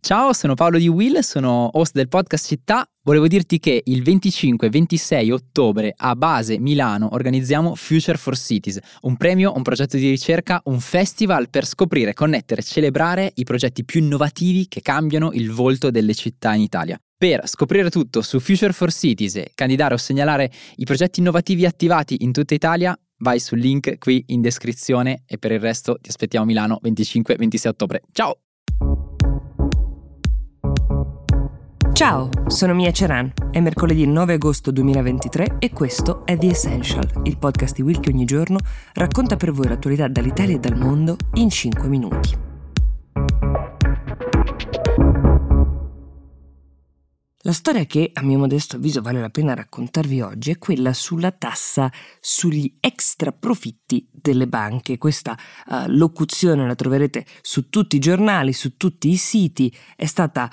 Ciao, sono Paolo di Will, sono host del podcast Città. Volevo dirti che il 25 e 26 ottobre a Base Milano organizziamo Future for Cities, un premio, un progetto di ricerca, un festival per scoprire, connettere e celebrare i progetti più innovativi che cambiano il volto delle città in Italia. Per scoprire tutto su Future for Cities e candidare o segnalare i progetti innovativi attivati in tutta Italia, vai sul link qui in descrizione e per il resto ti aspettiamo a Milano 25 e 26 ottobre. Ciao! Ciao, sono Mia Ceran, è mercoledì 9 agosto 2023 e questo è The Essential, il podcast di Will che ogni giorno racconta per voi l'attualità dall'Italia e dal mondo in 5 minuti. La storia che, a mio modesto avviso, vale la pena raccontarvi oggi è quella sulla tassa sugli extra profitti delle banche. Questa locuzione la troverete su tutti i giornali, su tutti i siti. È stata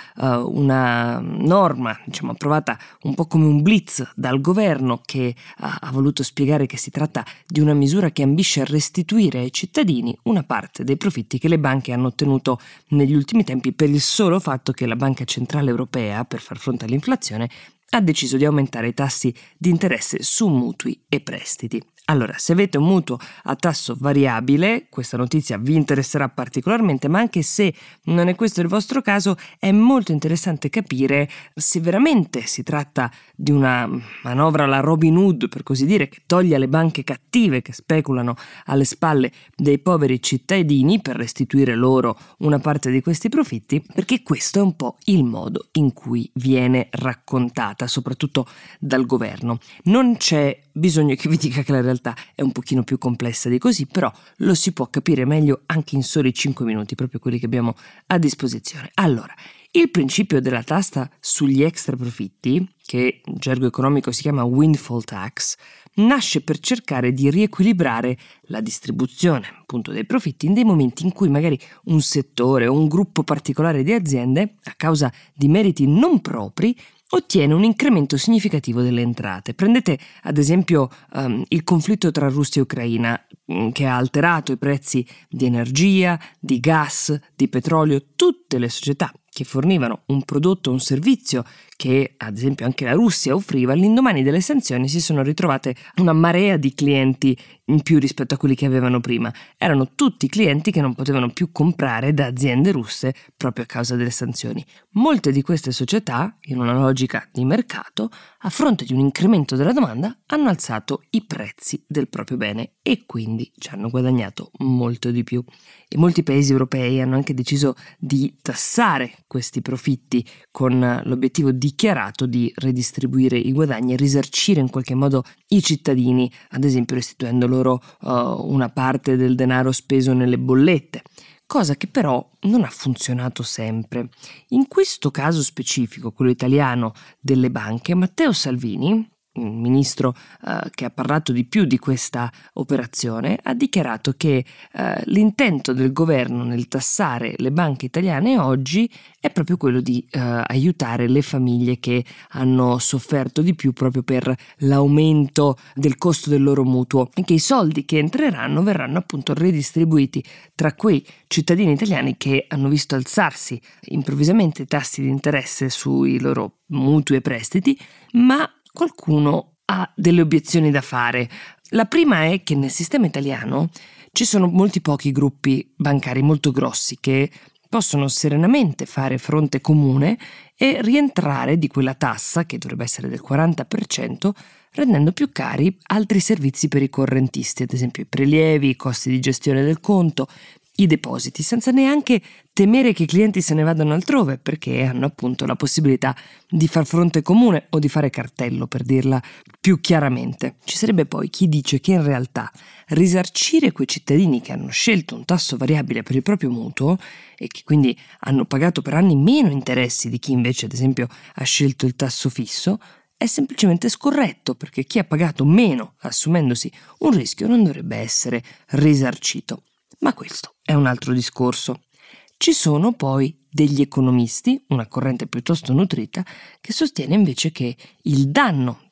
una norma, approvata un po' come un blitz dal governo che ha voluto spiegare che si tratta di una misura che ambisce a restituire ai cittadini una parte dei profitti che le banche hanno ottenuto negli ultimi tempi per il solo fatto che la Banca Centrale Europea, per far fronte all'inflazione, ha deciso di aumentare i tassi di interesse su mutui e prestiti. Allora, se avete un mutuo a tasso variabile, questa notizia vi interesserà particolarmente, ma anche se non è questo il vostro caso, è molto interessante capire se veramente si tratta di una manovra alla Robin Hood, per così dire, che toglie alle banche cattive che speculano alle spalle dei poveri cittadini per restituire loro una parte di questi profitti, perché questo è un po' il modo in cui viene raccontata, soprattutto dal governo. Non c'è bisogno che vi dica che la realtà è un pochino più complessa di così, però lo si può capire meglio anche in soli 5 minuti, proprio quelli che abbiamo a disposizione. Allora, il principio della tassa sugli extra profitti, che in gergo economico si chiama windfall tax, nasce per cercare di riequilibrare la distribuzione, appunto, dei profitti in dei momenti in cui magari un settore o un gruppo particolare di aziende, a causa di meriti non propri, ottiene un incremento significativo delle entrate. Prendete ad esempio il conflitto tra Russia e Ucraina, che ha alterato i prezzi di energia, di gas, di petrolio. Tutte le società che fornivano un prodotto o un servizio che ad esempio anche la Russia offriva, all'indomani delle sanzioni si sono ritrovate una marea di clienti in più rispetto a quelli che avevano prima. Erano tutti clienti che non potevano più comprare da aziende russe proprio a causa delle sanzioni. Molte di queste società, in una logica di mercato, a fronte di un incremento della domanda, hanno alzato i prezzi del proprio bene e quindi ci hanno guadagnato molto di più. E molti paesi europei hanno anche deciso di tassare questi profitti con l'obiettivo dichiarato di redistribuire i guadagni e risarcire in qualche modo i cittadini, ad esempio restituendo loro una parte del denaro speso nelle bollette, cosa che però non ha funzionato sempre. In questo caso specifico, quello italiano delle banche, Matteo Salvini, il ministro che ha parlato di più di questa operazione, ha dichiarato che l'intento del governo nel tassare le banche italiane oggi è proprio quello di aiutare le famiglie che hanno sofferto di più proprio per l'aumento del costo del loro mutuo e che i soldi che entreranno verranno appunto redistribuiti tra quei cittadini italiani che hanno visto alzarsi improvvisamente i tassi di interesse sui loro mutui e prestiti, ma qualcuno ha delle obiezioni da fare. La prima è che nel sistema italiano ci sono molti pochi gruppi bancari molto grossi che possono serenamente fare fronte comune e rientrare di quella tassa, che dovrebbe essere del 40%, rendendo più cari altri servizi per i correntisti, ad esempio i prelievi, i costi di gestione del conto, i depositi, senza neanche temere che i clienti se ne vadano altrove, perché hanno appunto la possibilità di far fronte comune o di fare cartello, per dirla più chiaramente. Ci sarebbe poi chi dice che in realtà risarcire quei cittadini che hanno scelto un tasso variabile per il proprio mutuo e che quindi hanno pagato per anni meno interessi di chi invece ad esempio ha scelto il tasso fisso è semplicemente scorretto, perché chi ha pagato meno assumendosi un rischio non dovrebbe essere risarcito. Ma questo è un altro discorso. Ci sono poi degli economisti, una corrente piuttosto nutrita, che sostiene invece che il danno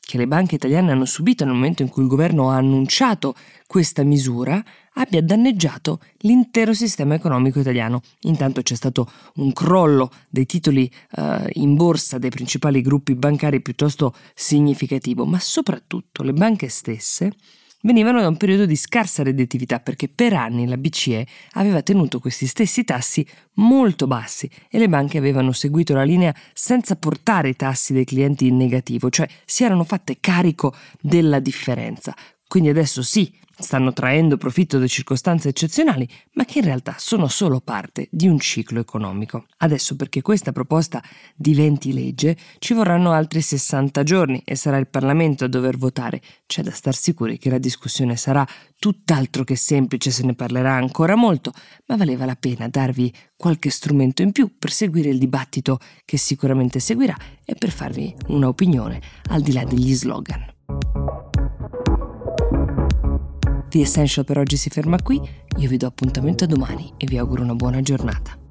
che le banche italiane hanno subito nel momento in cui il governo ha annunciato questa misura abbia danneggiato l'intero sistema economico italiano. Intanto c'è stato un crollo dei titoli in borsa dei principali gruppi bancari piuttosto significativo, ma soprattutto le banche stesse venivano da un periodo di scarsa redditività, perché per anni la BCE aveva tenuto questi stessi tassi molto bassi e le banche avevano seguito la linea senza portare i tassi dei clienti in negativo, cioè si erano fatte carico della differenza. Quindi adesso sì, stanno traendo profitto da circostanze eccezionali, ma che in realtà sono solo parte di un ciclo economico. Adesso, perché questa proposta diventi legge, ci vorranno altri 60 giorni e sarà il Parlamento a dover votare. C'è da star sicuri che la discussione sarà tutt'altro che semplice, se ne parlerà ancora molto, ma valeva la pena darvi qualche strumento in più per seguire il dibattito che sicuramente seguirà e per farvi una opinione al di là degli slogan. The Essential per oggi si ferma qui, io vi do appuntamento a domani e vi auguro una buona giornata.